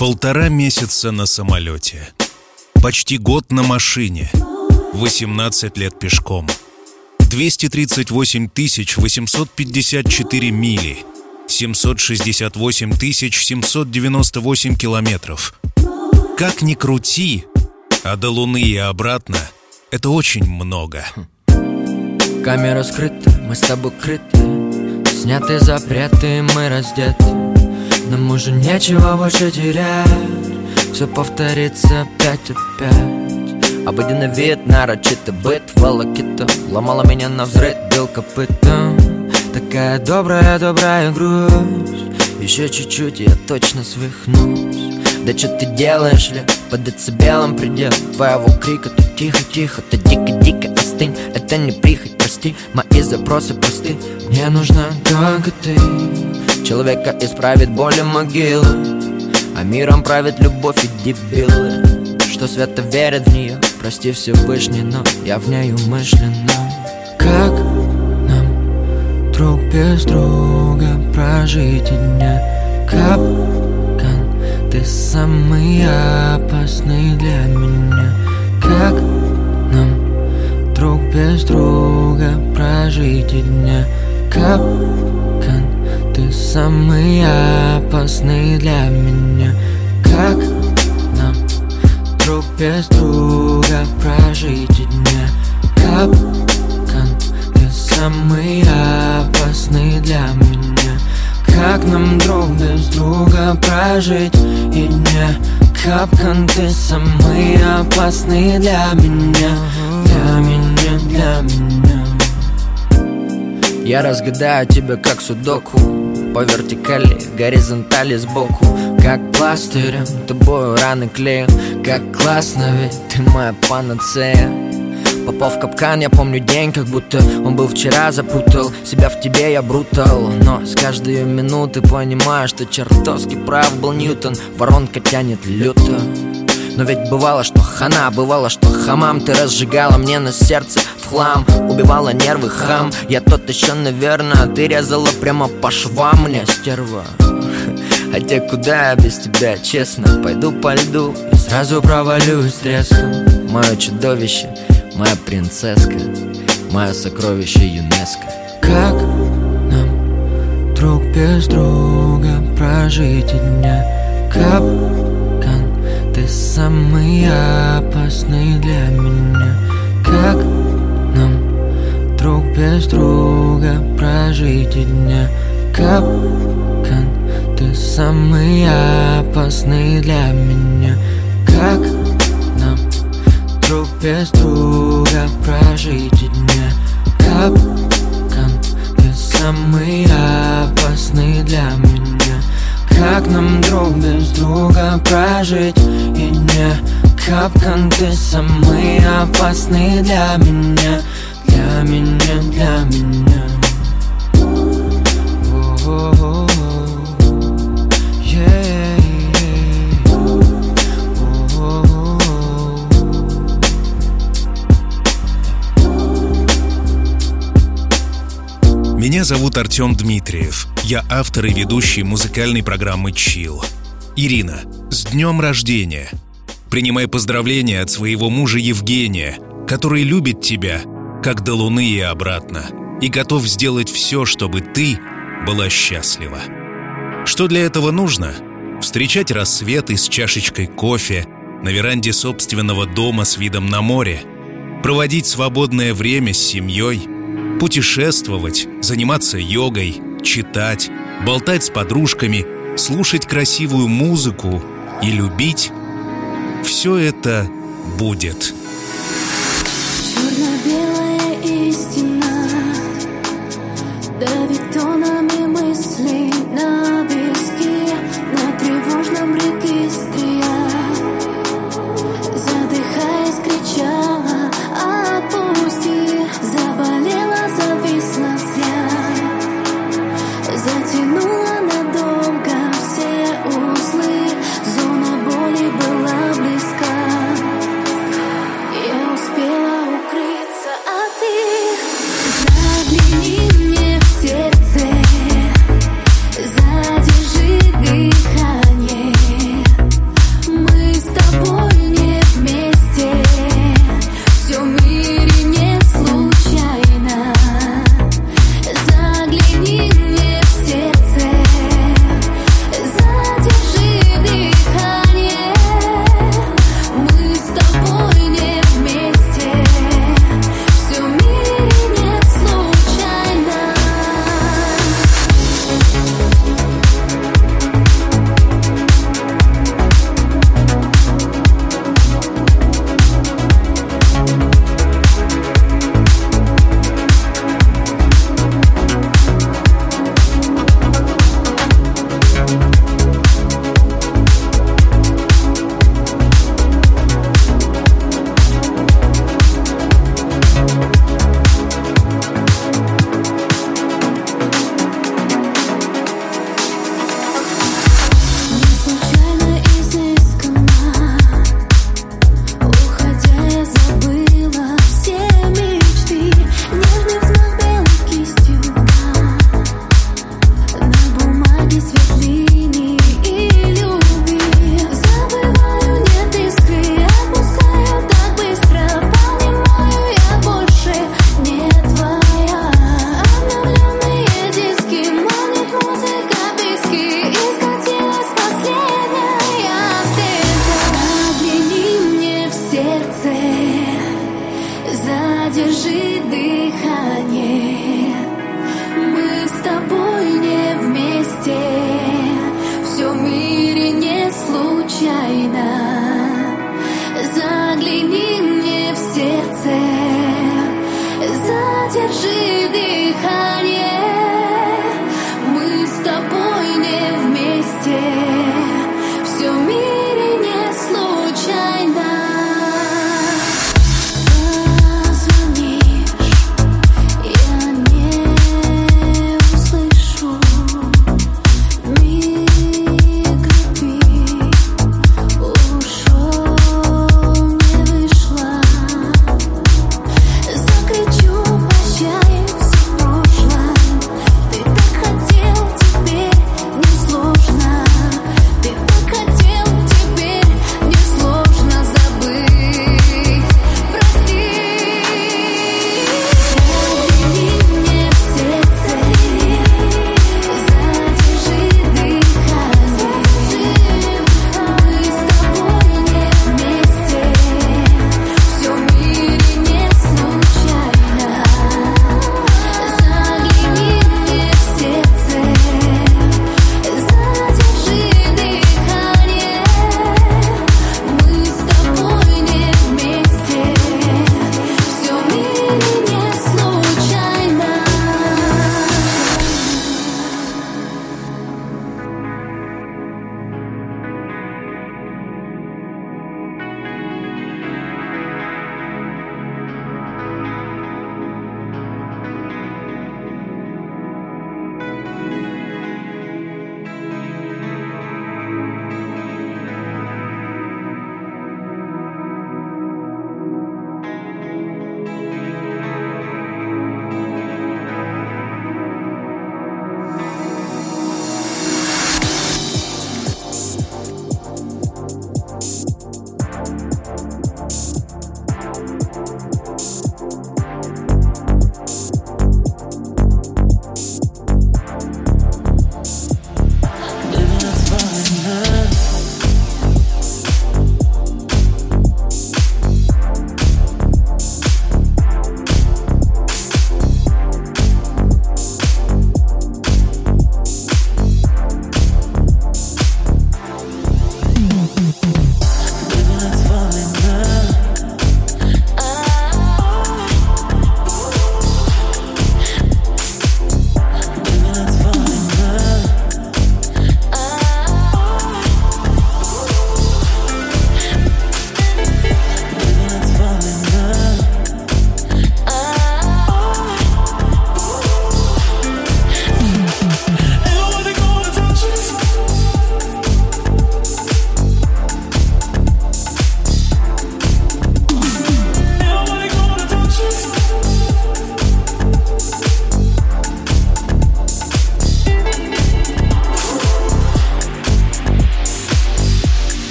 1,5 месяца на самолете, почти год на машине, 18 лет пешком, 238 854 мили, 768 798 километров. Как ни крути, а до Луны и обратно — это очень много. Камера скрыта, мы с тобой крыты, сняты запреты, мы раздеты. Нам уже нечего больше терять, все повторится опять. Обыденный вид, нарочитый быт, волокита ломала меня навзрыд, бил копытом. Такая добрая грусть, еще чуть-чуть, и я точно свихнусь. Да что ты делаешь, ли? Под децибелом предел твоего крика. Ты тихо, ты дико остынь. Это не прихоть, прости, мои запросы просты. Мне нужна только ты. Человека исправит боль и могилы, а миром правит любовь и дебилы, что свято верят в нее. Прости Всевышний, но я в ней умышленно. Как нам друг без друга прожить и дня? Капкан, ты самый опасный для меня. Как нам друг без друга прожить и дня? Капкан, ты самый опасный для меня. Как нам друг без друга прожить и дня? Капкан, ты самый опасный для меня. Как нам друг без друга прожить и дня? Капкан, ты самый опасный для меня. Для меня. Я разгадаю тебя как судоку, по вертикали, горизонтали сбоку. Как пластырем тобою раны клею. Как классно, ведь ты моя панацея. Попал в капкан, я помню день, как будто он был вчера. Запутал себя в тебе, я брутал. Но с каждой минуты понимаю, что чертовски прав был Ньютон. Воронка тянет люто. Но ведь бывало, что хана, бывало, что хамам. Ты разжигала мне на сердце в хлам, убивала нервы, хам. Я тот еще, наверное, ты резала прямо по швам мне, стерва. Хотя куда я без тебя, честно? Пойду по льду и сразу провалюсь треском. Мое чудовище, моя принцесска, мое сокровище ЮНЕСКО. Как нам друг без друга прожить и дня? Капкан, ты самый опасный для меня. Как нам друг без друга прожить и дня? Капкан, ты самый опасный для меня. Как нам друг без друга прожить и дня? Капкан, ты самый опасный для меня. Как нам друг без друга прожить и дня? Капкан, ты самый опасный для меня. Для меня. Меня зовут Артем Дмитриев. Я автор и ведущий музыкальной программы «Чилл». Ирина, с днем рождения! Принимай поздравления от своего мужа Евгения, который любит тебя, как до Луны и обратно, и готов сделать все, чтобы ты была счастлива. Что для этого нужно? Встречать рассветы с чашечкой кофе на веранде собственного дома с видом на море, проводить свободное время с семьей, путешествовать, заниматься йогой, читать, болтать с подружками, слушать красивую музыку и любить. Все это будет. Черно-белая истина давит тонами мыслей на виски, на тревожном регистре я, задыхаясь, кричала: отпусти. Заболела, зависла я, затянула надолго все узлы, зона боли была близка. Я успела укрыться, а ты загляни мне в сердце, задержи дыхание.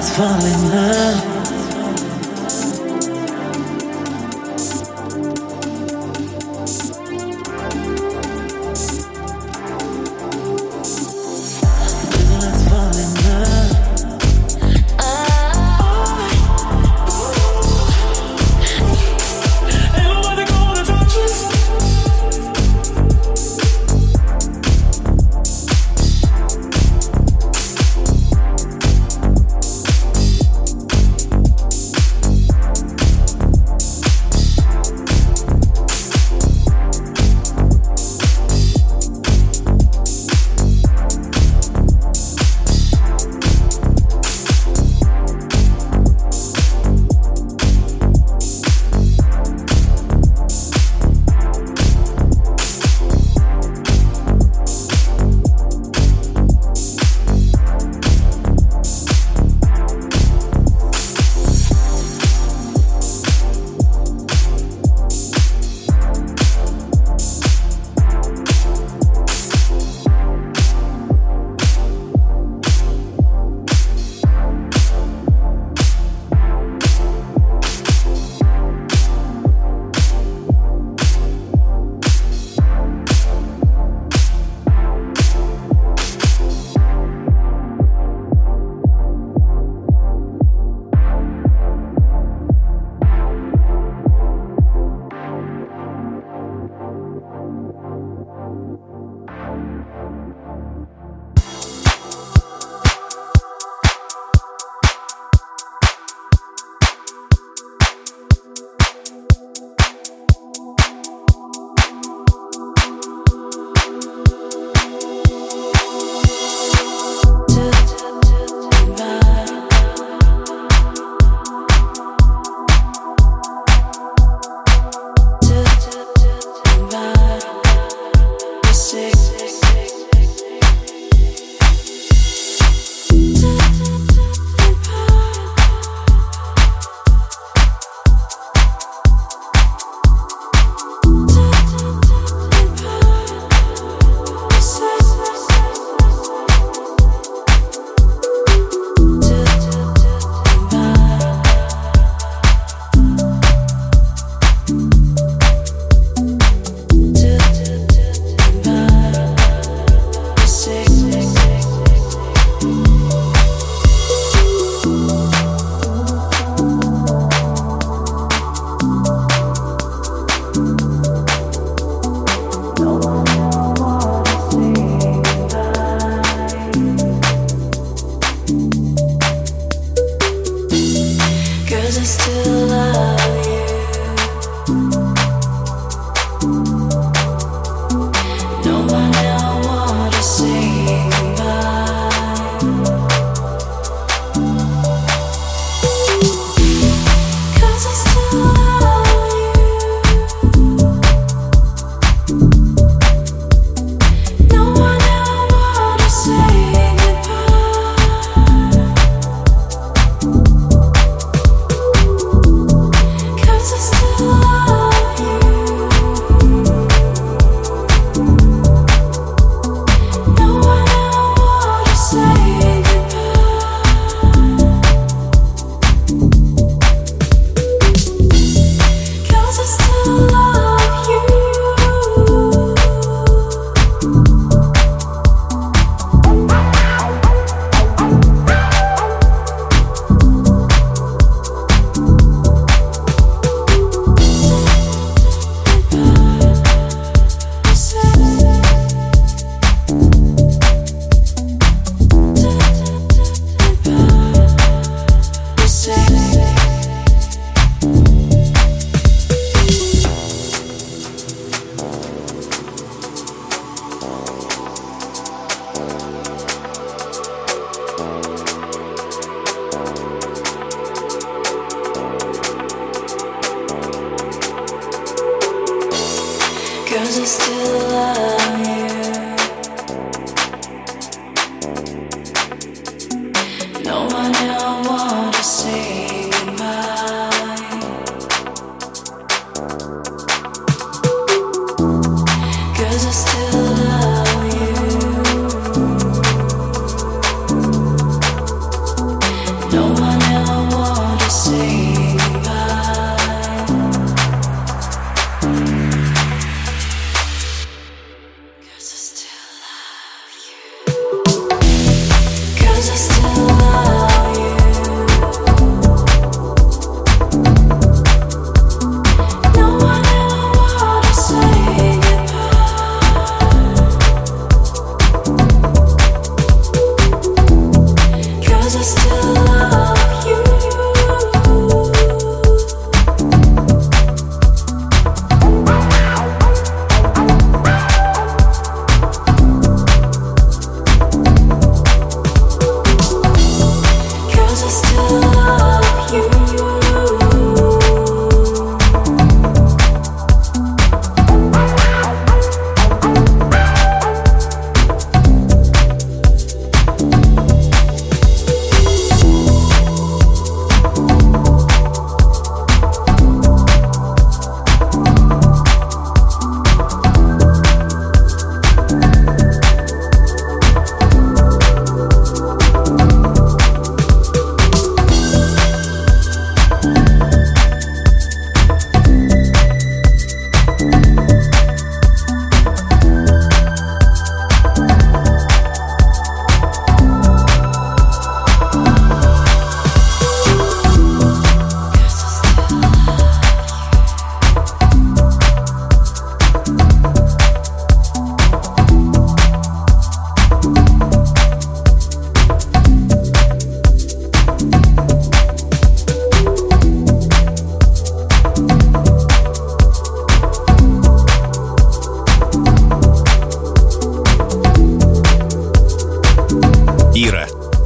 fall in love. No one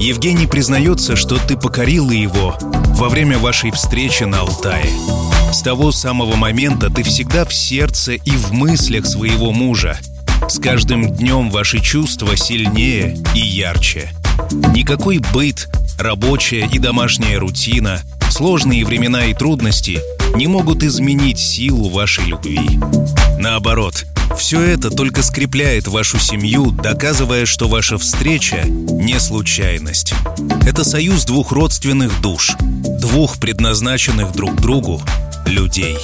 Евгений признается, что ты покорила его во время вашей встречи на Алтае. С того самого момента ты всегда в сердце и в мыслях своего мужа. С каждым днем ваши чувства сильнее и ярче. Никакой быт, рабочая и домашняя рутина, сложные времена и трудности не могут изменить силу вашей любви. Наоборот, все это только скрепляет вашу семью, доказывая, что ваша встреча не случайность. Это союз двух родственных душ, двух предназначенных друг другу людей.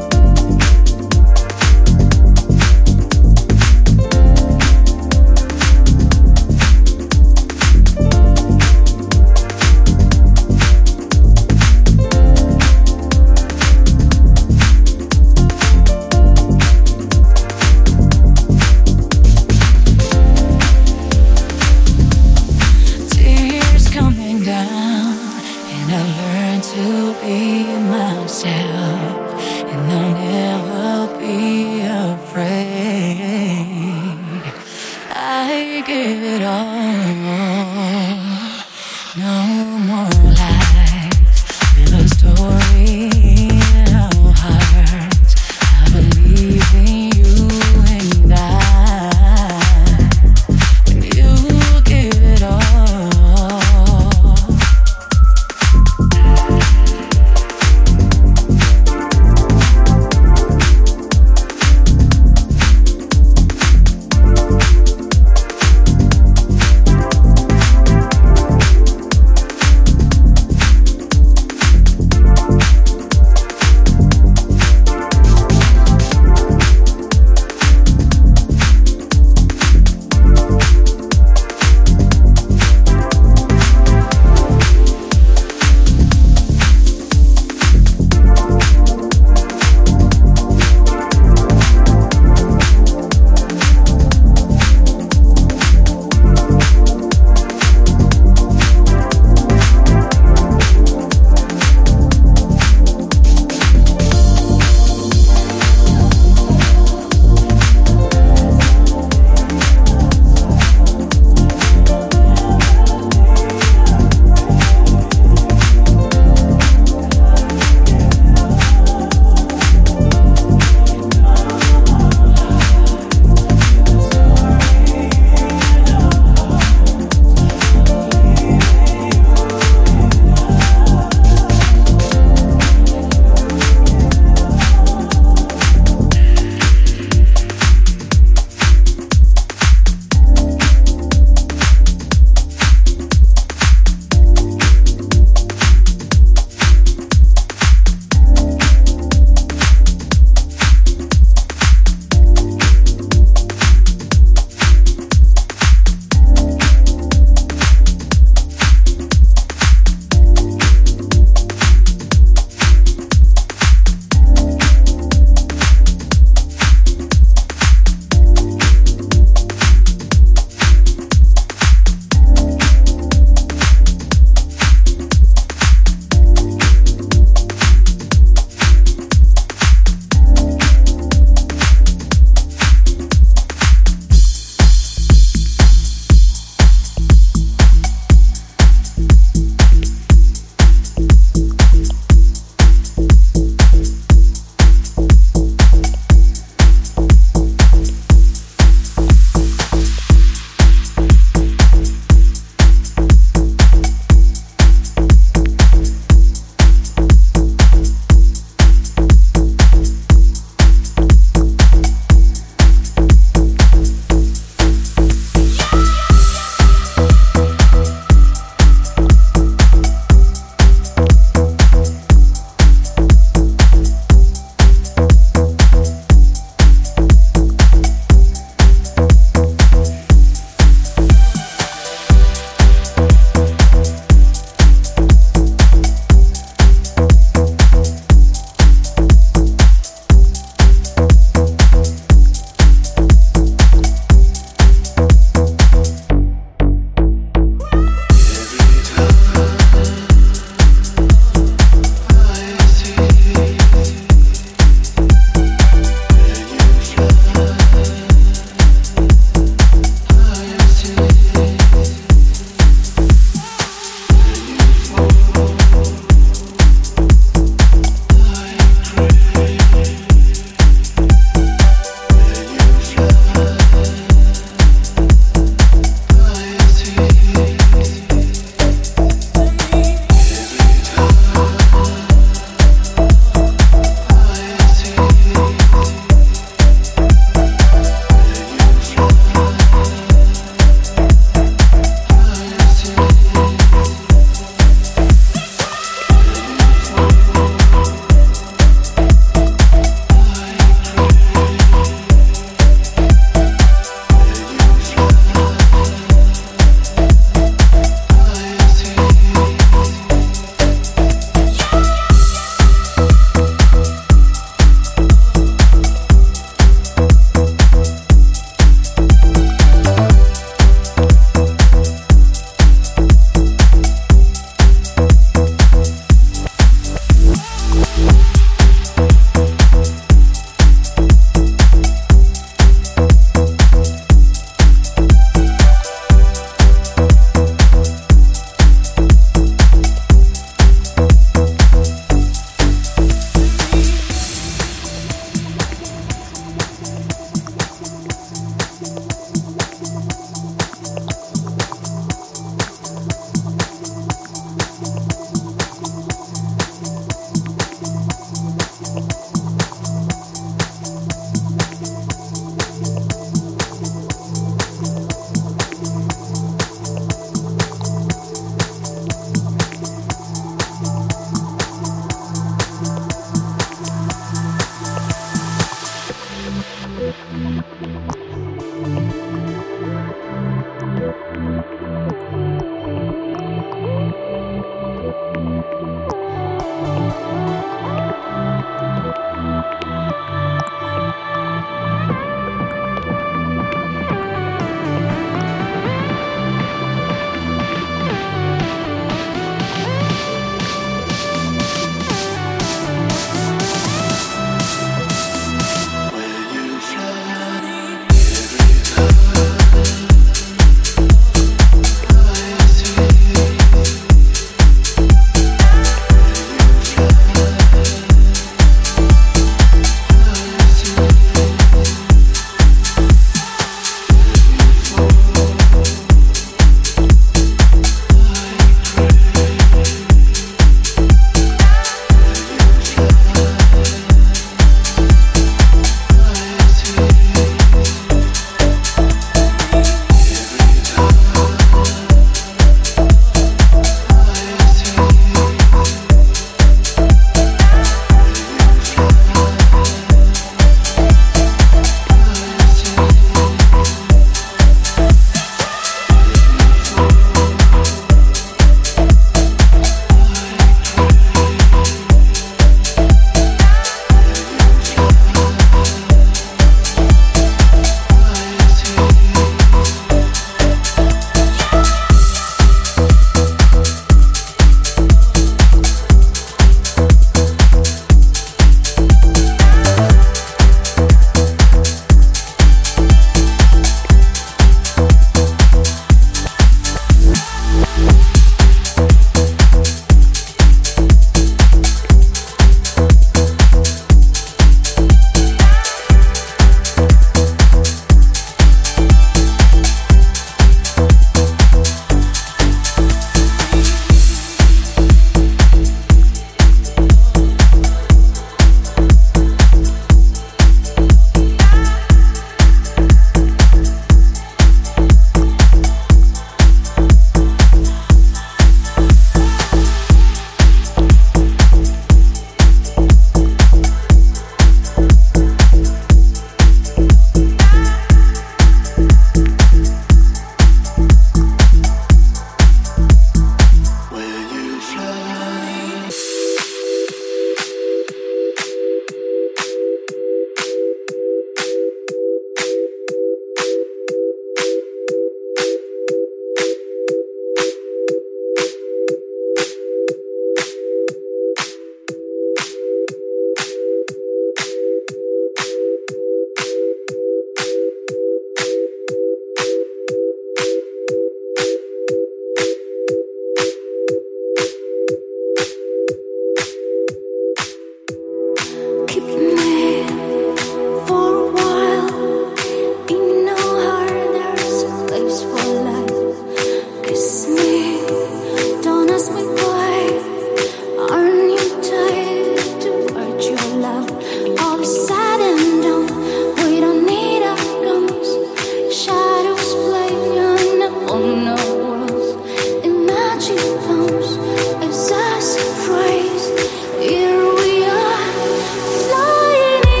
love. All is sad and done. We don't need our guns. Shadows play on our worlds. Imagine comes as us phrase. Here we are, flying in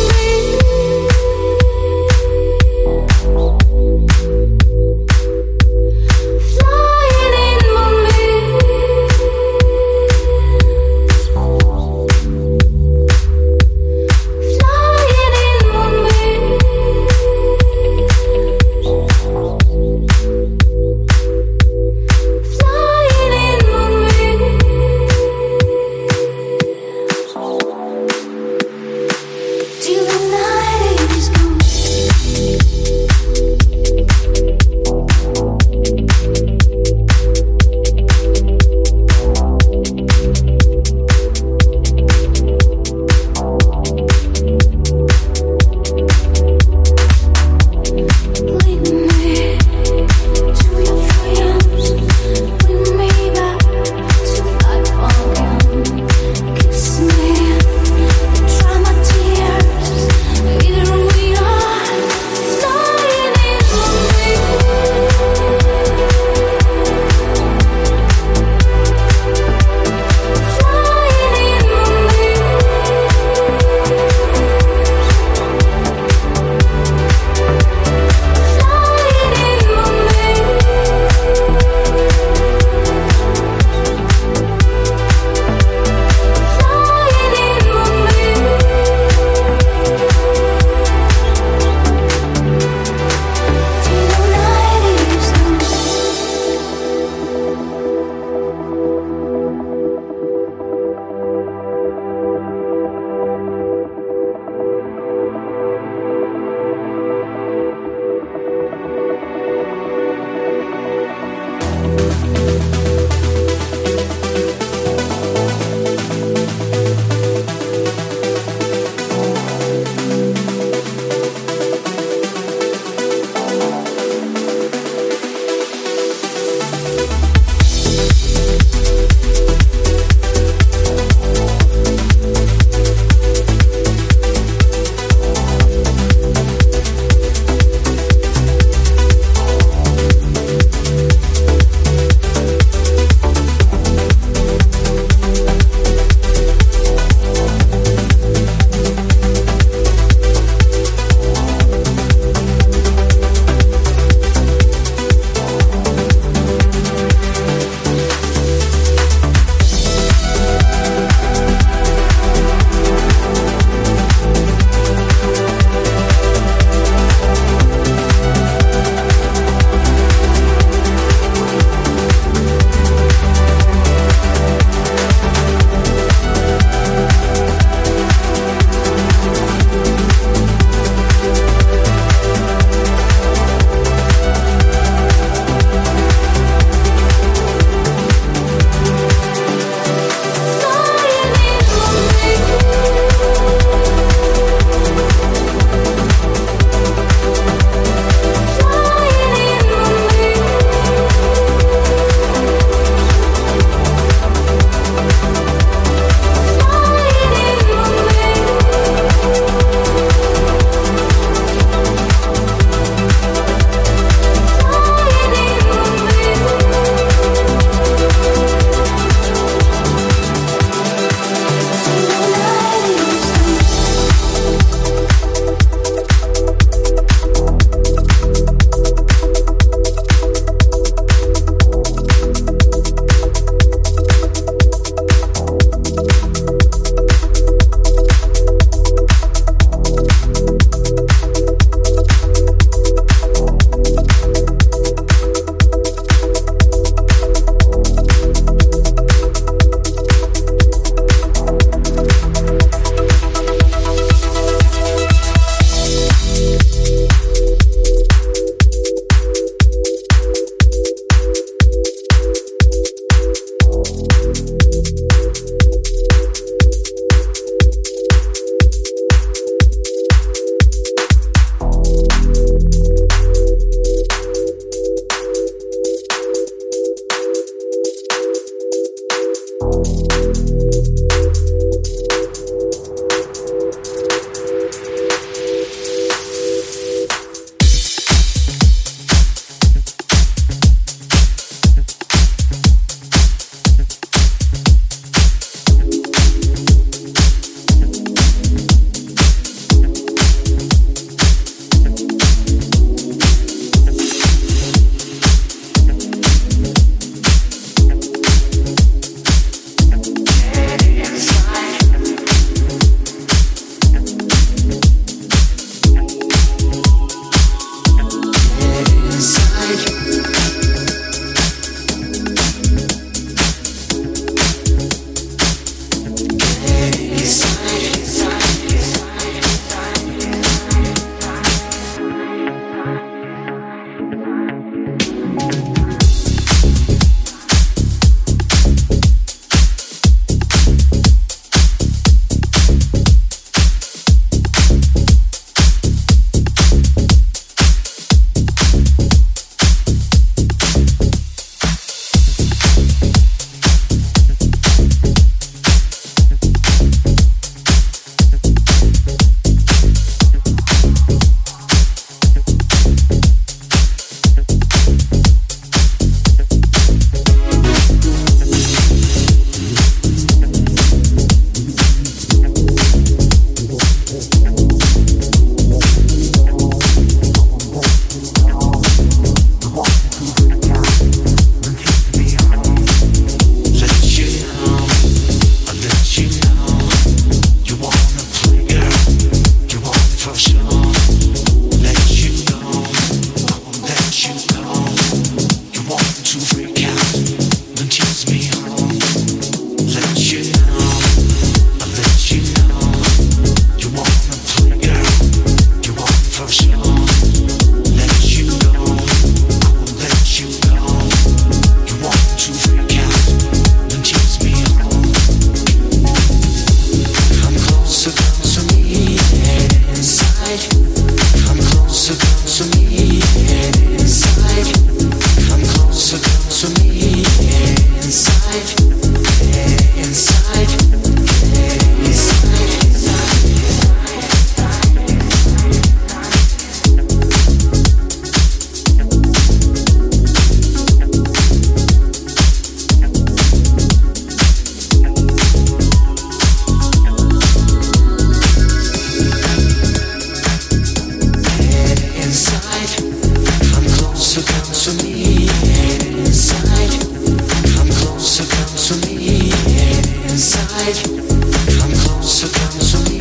flying in flying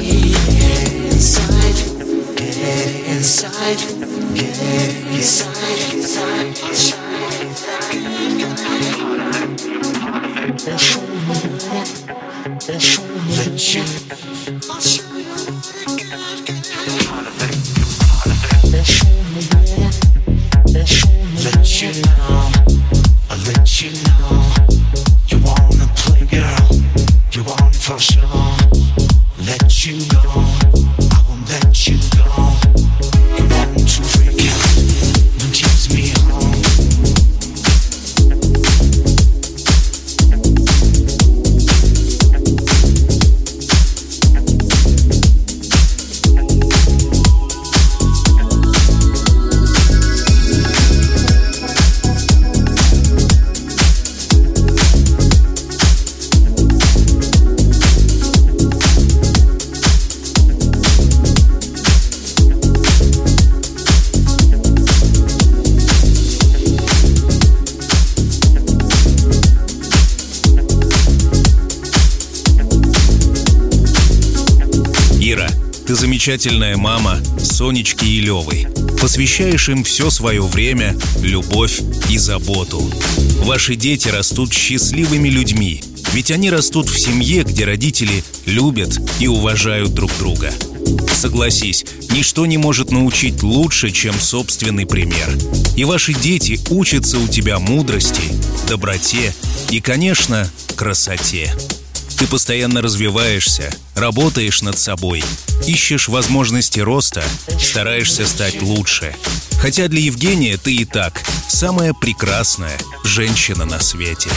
Ты замечательная мама Сонечки и Лёвы. Посвящаешь им все свое время, любовь и заботу. Ваши дети растут счастливыми людьми, ведь они растут в семье, где родители любят и уважают друг друга. Согласись, ничто не может научить лучше, чем собственный пример. И ваши дети учатся у тебя мудрости, доброте и, конечно, красоте. Ты постоянно развиваешься, работаешь над собой, ищешь возможности роста, стараешься стать лучше. Хотя для Евгения ты и так самая прекрасная женщина на свете.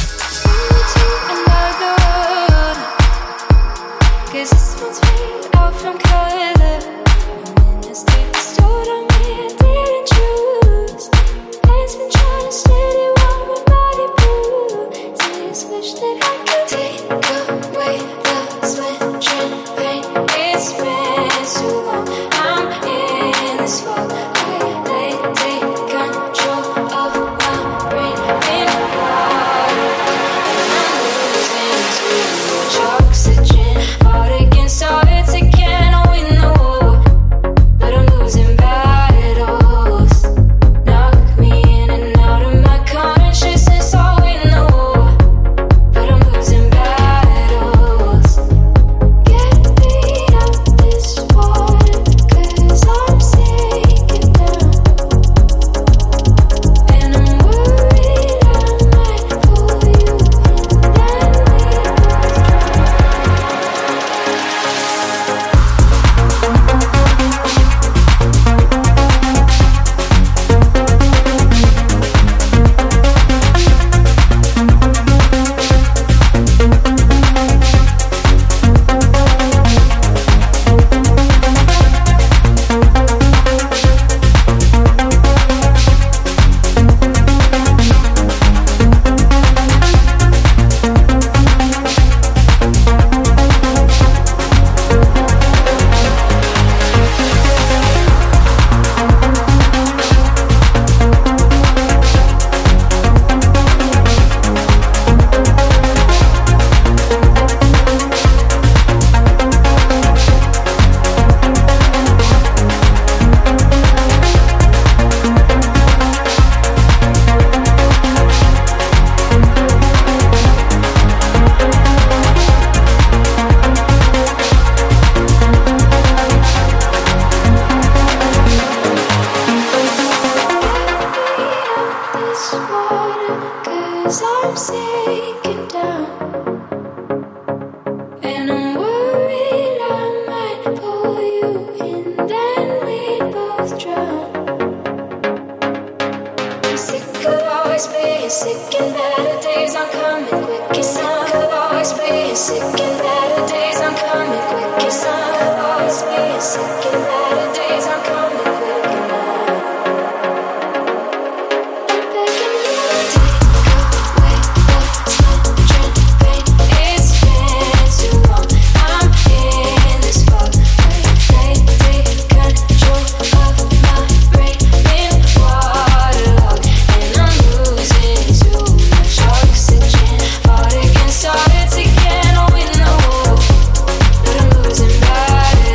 Body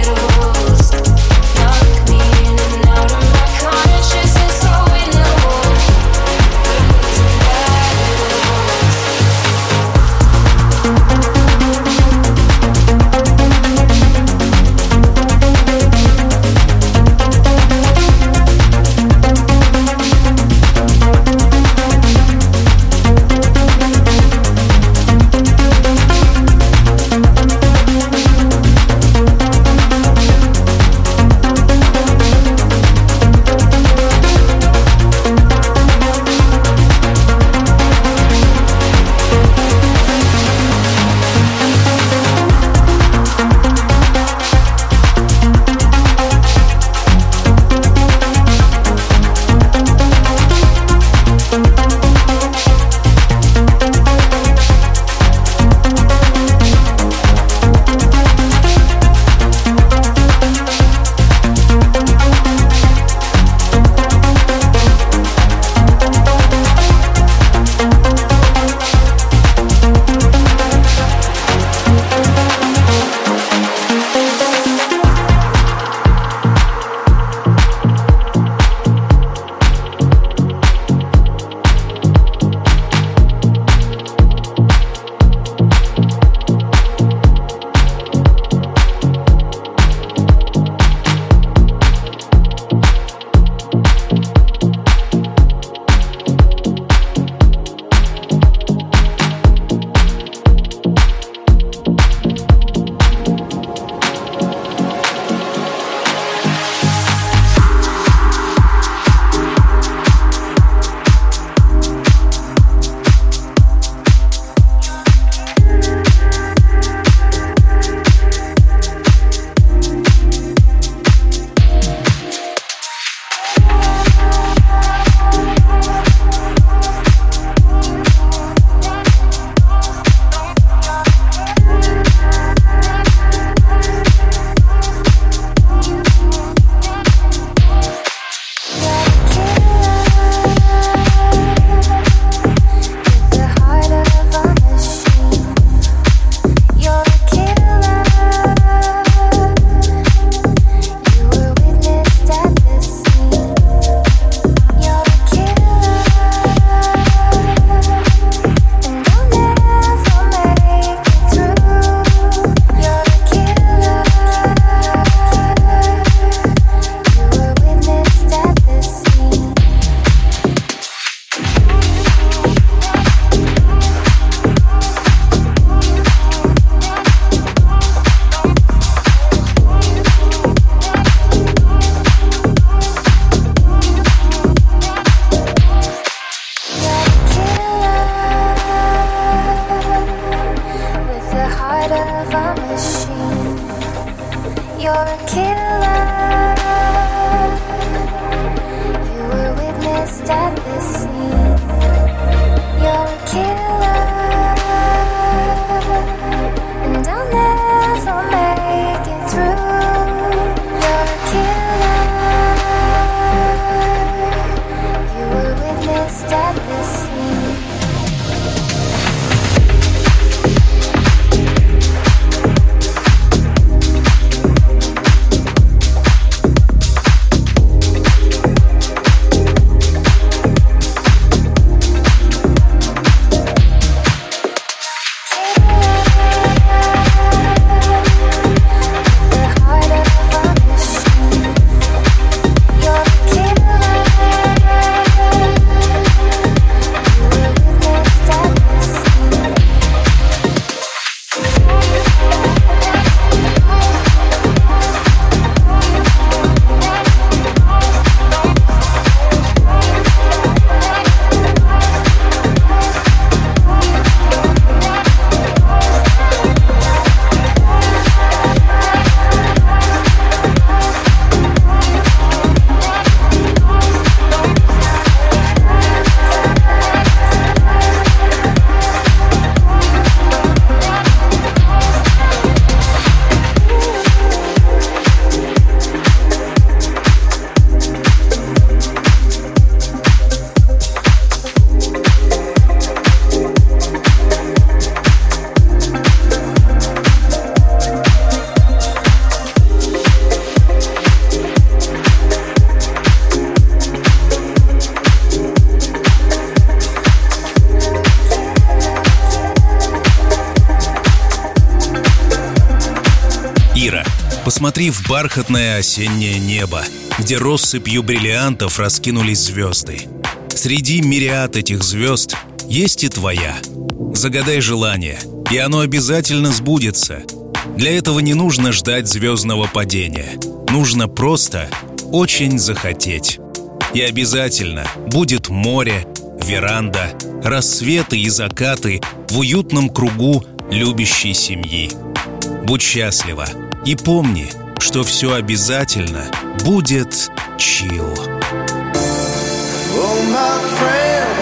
You're a killer. You were witnessed at this scene. You're a killer, and I'll never make it through. You're a killer. You were witnessed at this scene. Посмотри в бархатное осеннее небо, где россыпью бриллиантов раскинулись звезды. Среди мириад этих звезд есть и твоя. Загадай желание, и оно обязательно сбудется. Для этого не нужно ждать звездного падения. Нужно просто очень захотеть. И обязательно будет море, веранда, рассветы и закаты в уютном кругу любящей семьи. Будь счастлива. И помни, что все обязательно будет чил. Oh, my friend,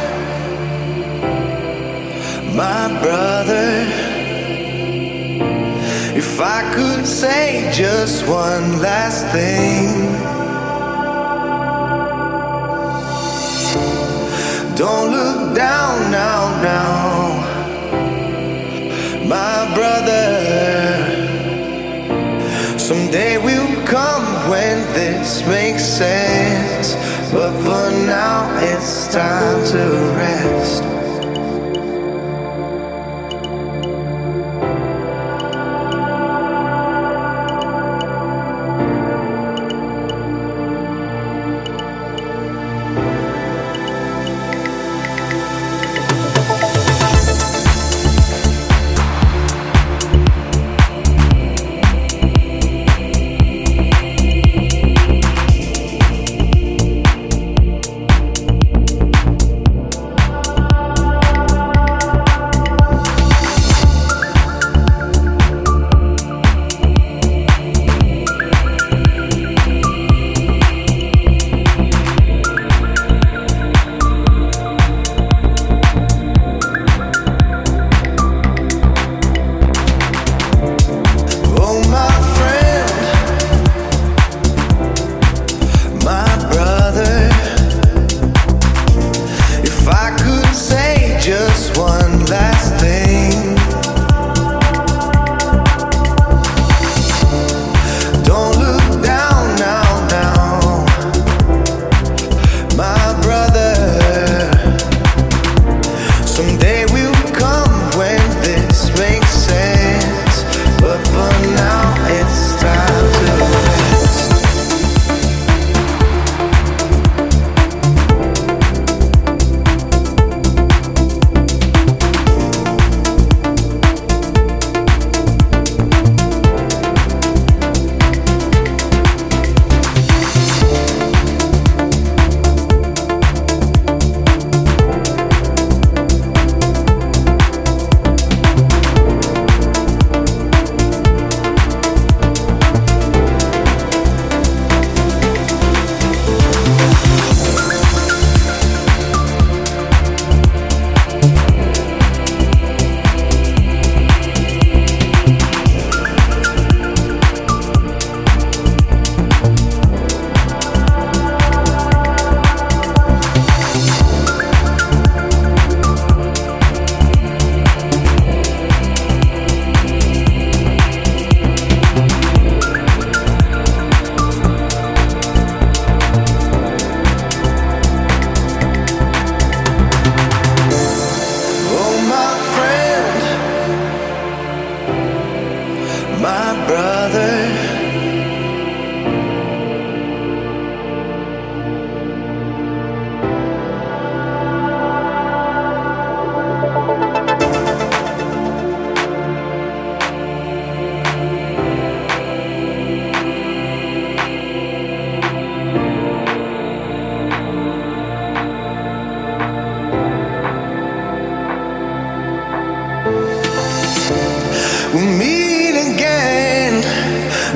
my brother, if I could say just one last thing, don't look down now, my brother. Someday will come when this makes sense, but for now it's time to rest.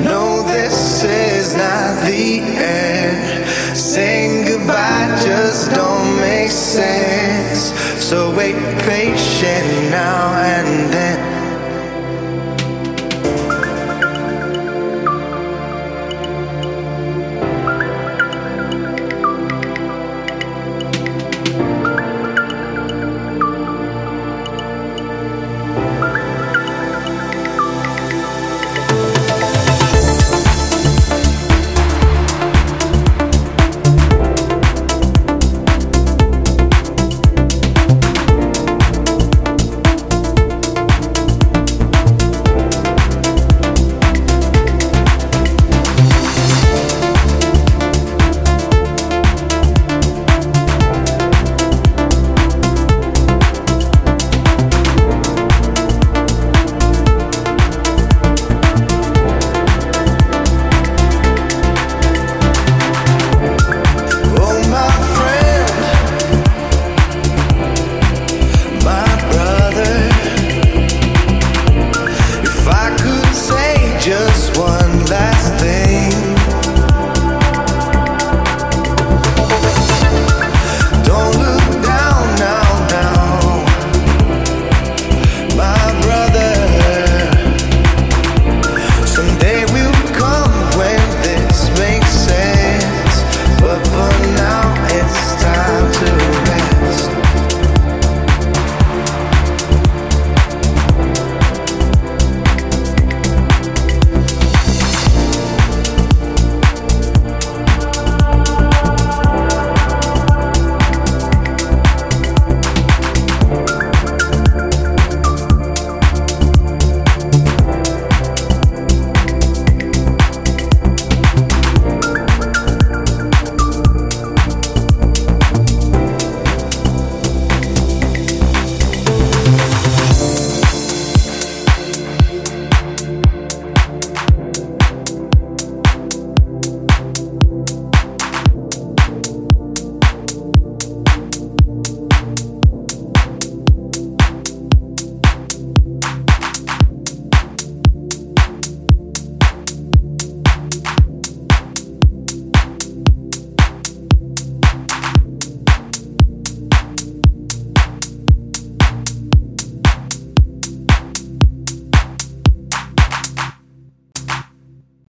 No, this is not the end. Saying goodbye just don't make sense. So wait patient now and then.